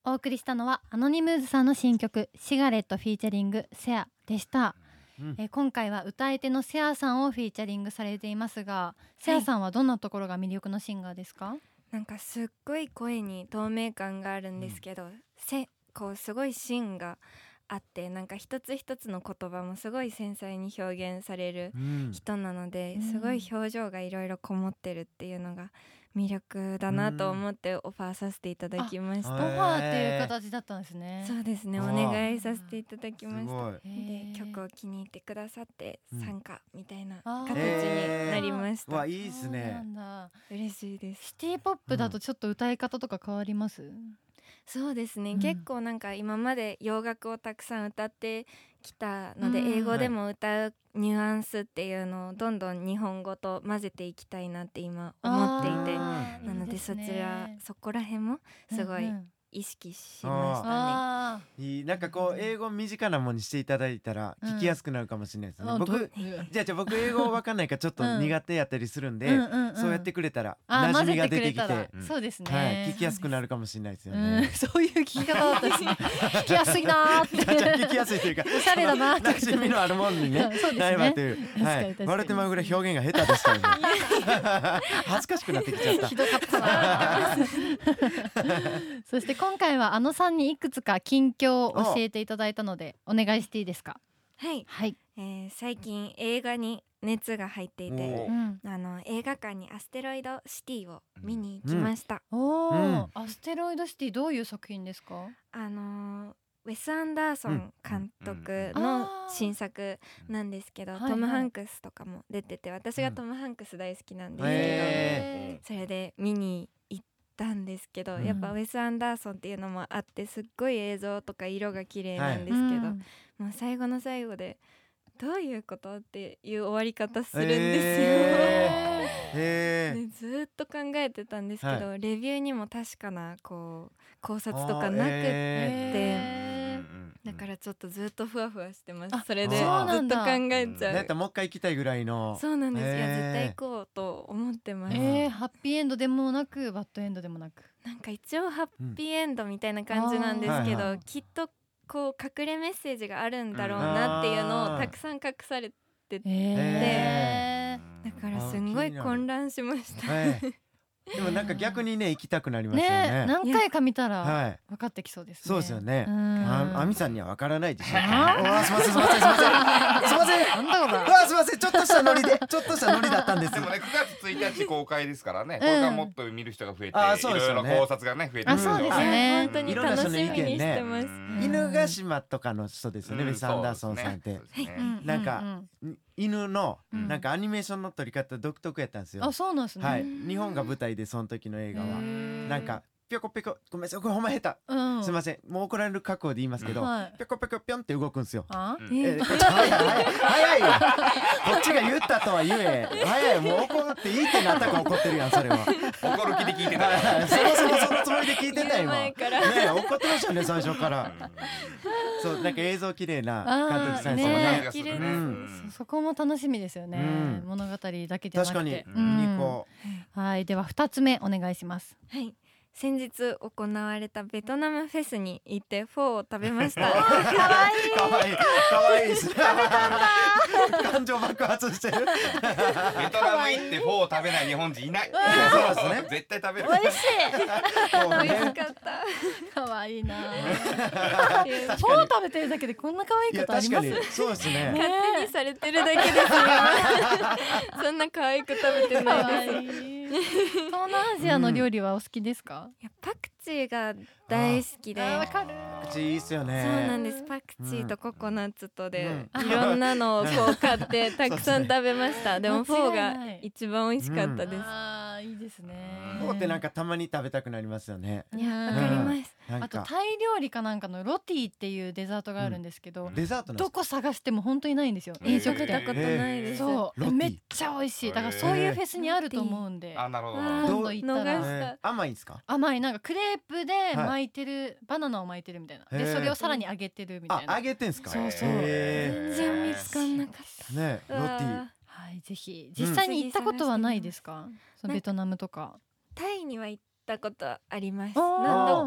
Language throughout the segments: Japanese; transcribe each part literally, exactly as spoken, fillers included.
お送りしたのはアノニムーズさんの新曲シガレットフィーチャリングセアでした、うん、え今回は歌い手のセアさんをフィーチャリングされていますが、はい、セアさんはどんなところが魅力のシンガーですか？ なんかすっごい声に透明感があるんですけど、うん、せこうすごい芯があって、なんか一つ一つの言葉もすごい繊細に表現される人なので、うん、すごい表情がいろいろこもってるっていうのが魅力だなと思ってオファーさせていただきました。 オファーっていう形だったんですね。 そうですね、お願いさせていただきました。で曲を気に入ってくださって参加みたいな形になりました。 わ、いいですね。 そうなんだ。 嬉しいです。 シティポップだとちょっと歌い方とか変わります？うん、 そうですね、うん、結構なんか今まで洋楽をたくさん歌ってきたので、うん、英語でも歌うニュアンスっていうのをどんどん日本語と混ぜていきたいなって今思っていて、なのでそちらそこら辺もすごい意識しましたね。 いい、なんかこう英語身近なものにしていただいたら聞きやすくなるかもしれないですね、うん、僕じゃあじゃあ僕英語わかんないからちょっと苦手やったりするんで、うんうんうん、そうやってくれたら馴染みが出てきて、 そうですね、 はい、聞きやすくなるかもしれないですよね、 うん、そういう聞き方だったですね聞きやすいなーって聞きやすいというかおしゃれだなーって馴染みのあるもんにねないわという、はい、バレてまうぐらい表現が下手でしたよね恥ずかしくなってきちゃった。 ひどかったなそして今回はあのさんにいくつか近況を教えていただいたのでお願いしていいですか？ はい、はい、えー、最近映画に熱が入っていて、あの映画館にアステロイドシティを見に行きました、 うん、おー、うん、アステロイドシティどういう作品ですか？ あのーウェス・アンダーソン監督の新作なんですけど、トム・ハンクスとかも出てて、私がトム・ハンクス大好きなんですけど、それで見に行ったんですけど、やっぱウェス・アンダーソンっていうのもあってすっごい映像とか色が綺麗なんですけど、もう最後の最後でどういうことっていう終わり方するんですよ、えーえー、ずっと考えてたんですけど、はい、レビューにも確かなこう考察とかなくって、えーだからちょっとずっとふわふわしてます。それでずっと考えちゃう。 だってもう一回行きたいぐらいの。 そうなんです、えー、いや絶対行こうと思ってます、 えー、ハッピーエンドでもなくバッドエンドでもなく、 なんか一応ハッピーエンドみたいな感じなんですけど、うん、きっとこう隠れメッセージがあるんだろうなっていうのをたくさん隠されてて、えー、だからすんごい混乱しました、えーでもなんか逆にね行きたくなりますよね。 ね、何回か見たら分かってきそうですね。 そうですよね。あみさんには分からないでしょう。あ、すみませんすみませんすみませんすみません。なんだろう。あ、すみません、ちょっとしたノリでちょっとしたノリだったんです。 でもね、くがつついたち公開ですからね。これからもっと見る人が増えて、いろいろ考察がね増えてる。 そうですね。 本当に楽しみにしてます。 犬ヶ島とかの人ですよね、ウェス・アンダーソンさんって。なんか犬のなんかアニメーションの撮り方独特やったんですよ。 あ、そうなんですね。 はい、日本が舞台でその時の映画はなんかぴょこぴょこ、ごめんなさい、これほんま下手、うん、すいません、もう怒られる覚悟で言いますけど、うん、ぴょこぴょこぴょんって動くんですよ。あ、えー、えー、早い早い早いよこっちが言ったとは言え、早い、もう怒っていいってなったから怒ってるやん、それは怒る気で聞いてたそもそもそのつもりで聞いてた今ね、怒ってましたね最初からそう、なんか映像綺麗な監督さんですよね。 綺麗です。そこも楽しみですよね、うん、物語だけじゃなくて。 確かに見に行こう、はい、ではふたつめお願いします。 はい、先日行われたベトナムフェスに行ってフォーを食べました。 かわいいかわいいかわいいです感情爆発してる。 ベトナム行ってフォーを食べない日本人いない。 そうですね、 絶対食べる。 美味しい美味しかった。 かわいいな。フォー食べてるだけでこんな可愛いことあります？ そうですね。 勝手にされてるだけですよそんな可愛く食べてないです。 東南アジアの料理はお好きですか？ いや、パクチーが大好きで。 わかる。 パクチーいいっすよね。 そうなんです。パクチーとココナッツとで、うん、いろんなのをこう買ってたくさん食べました。でもフォーが一番美味しかったです。うん、 あー、いいですね。 フォーってなんかたまに食べたくなりますよね。 いや、わかります。 あとタイ料理かなんかのロティっていうデザートがあるんですけど、 うん、デザートどこ探しても本当にないんですよ。飲食店。 食べたことないです。 そうめっちゃ美味しい。だからそういうフェスにあると思うんで、 あ、なるほど。 今度行ったら甘いんですか？ 甘い、なんかクレープで巻いてる、はい、バナナを巻いてるみたいな。でそれをさらに揚げてるみたいな。 あ、揚げてんすか？ そうそう。 全然見つかんなかったね。ロティ、 はい、ぜひ実際に行ったことはないですか？そのベトナムとか。 タイには行ったことあります。何度か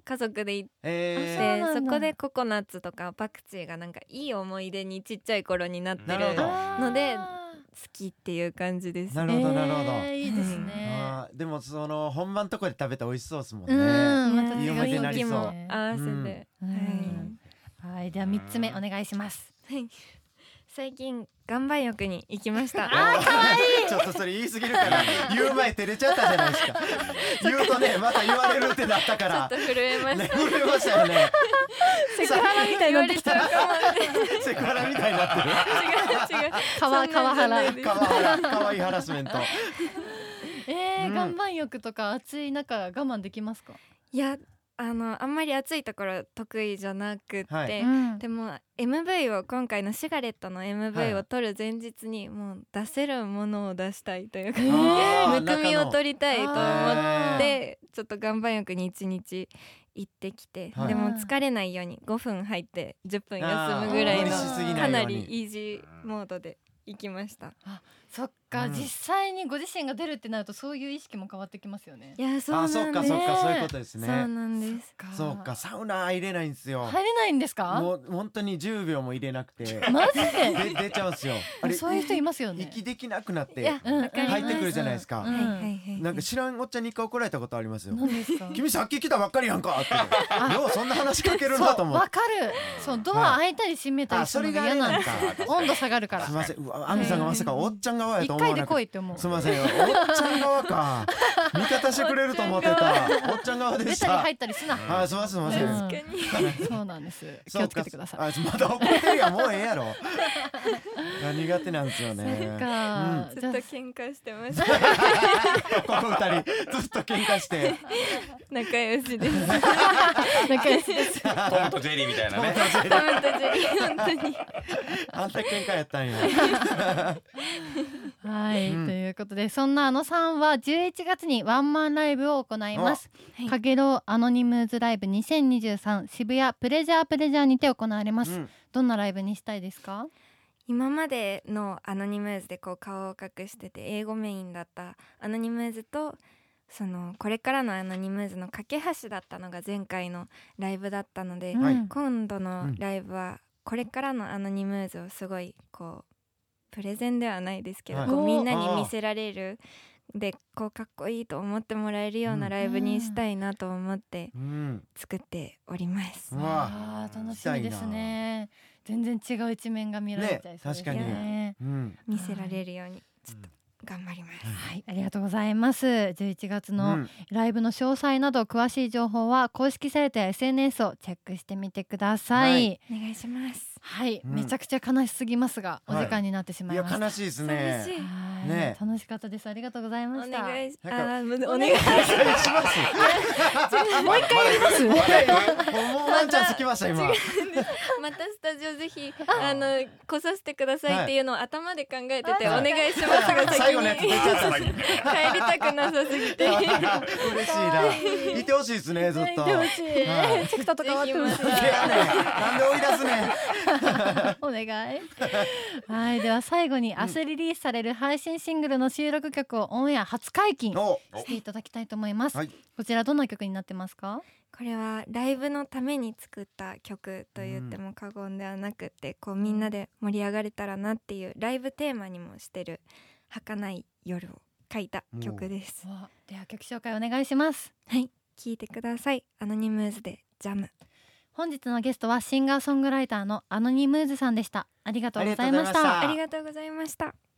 家族で行って、 えー、そこでココナッツとかパクチーがなんかいい思い出にちっちゃい頃になってるので好きっていう感じです。 なるほどなるほど、 えー、いいですね。 あでもその本番とこで食べて美味しそうですもんね。 うんまたいい思い出になりそう。 も合わせて、うんはい、はい、ではみっつめお願いします。 はい最近岩盤浴に行きました。 あーかわいいちょっとそれ言い過ぎるから言う前照れちゃったじゃないですか言うとねまた言われるってなったからちょっと震えました、 ね、震えましたよねセクハラみたいになってきたセクハラみたいになってる違う違う川川原川原川いハラスメントえーうん、 岩盤浴とか暑い中我慢できますか？ いやあのあんまり暑いところ得意じゃなくって、 はいうん、 でも エムブイ を今回のシガレットの エムブイ を撮る前日にもう出せるものを出したいというか、 えー、 むくみを取りたいと思ってちょっと岩盤浴にいちにち行ってきて、はい、でも疲れないようにごふん入ってじゅっぷん休むぐらいのかなりイージーモードで行きました。 あそっか、うん、実際にご自身が出るってなるとそういう意識も変わってきますよね。 いやそうなんです。 あそっかそっかそういうことですね。 そうなんです。 そうかサウナ入れないんですよ。 入れないんですか？ もう本当にじゅうびょうも入れなくてマジでで出ちゃうんですよ。あれそういう人いますよね。 息できなくなって入ってくるじゃないですか。 うんうん、 なんか知らんおっちゃんに一回怒られたことありますよ。 何ですか？ 君さっき来たばっかりやんかってようそんな話しかけるなと思って。 わかる。そうドア開いたり閉めたりするのが嫌なんです。温度下がるから。 すみません。うわアミさんがまさかおっちゃん側やと思わなかった。 一回で来いって思う。 すみませんよ。おっちゃん側か。味方してくれると思ってた。おっちゃん側でした。 出たり入ったりすな。 あすみませんすみません。 確かに。 そうなんです。気をつけてください。 あまだ怒ってるやんもうええやろ。苦手なんですよね。 そっか。 ずっと喧嘩してました。 ここ二人ずっと喧嘩して。 仲良しです。 仲良しです。 トムとジェリーみたいなね。 トムとジェリー本当に。 あんな喧嘩やったんや。 はい、うん、ということでそんなあのさんはじゅういちがつにワンマンライブを行います。かげろうアノニムーズライブにせんにじゅうさん渋谷プレジャープレジャーにて行われます、うん、どんなライブにしたいですか？ 今までのアノニムーズでこう顔を隠してて英語メインだったアノニムーズとそのこれからのアノニムーズの架け橋だったのが前回のライブだったので、うん、今度のライブはこれからのアノニムーズをすごいこうプレゼンではないですけど、はい、こうみんなに見せられるでこうかっこいいと思ってもらえるようなライブにしたいなと思って作っております、 うん、わー楽しみですね。全然違う一面が見られちゃいそうですね。 ね、確かに、 うん、見せられるようにちょっと頑張ります、 うん、はい、ありがとうございます。じゅういちがつのライブの詳細など詳しい情報は公式サイトや エスエヌエス をチェックしてみてください、はい、 お願いします。 はい、うん、めちゃくちゃ悲しすぎますが、はい、お時間になってしまいました。 いや悲しいですね。 ね、楽しかったです。ありがとうございました。 お願いします。 お願いします。もう一回やります。 もうワンチャンつきました今。 またスタジオぜひあの来させてくださいっていうのを頭で考えてて、はい、お願いしますが先に帰りたくなさすぎて嬉しいな。いてほしいですねずっと。いてほしい。 はい、チクタと変わってます。 なんで追い出すね。 お願い。はい、では最後に明日リリースされる配信シングルの収録曲をオンエア初解禁していただきたいと思います、はい、こちらどんな曲になってますか？ これはライブのために作った曲と言っても過言ではなくて、こうみんなで盛り上がれたらなっていうライブテーマにもしてる儚い夜を書いた曲です。 では曲紹介お願いします。 はい、聴いてください。アノニムーズでジャム。 本日のゲストはシンガーソングライターのアノニムーズさんでした。ありがとうございました。 ありがとうございました。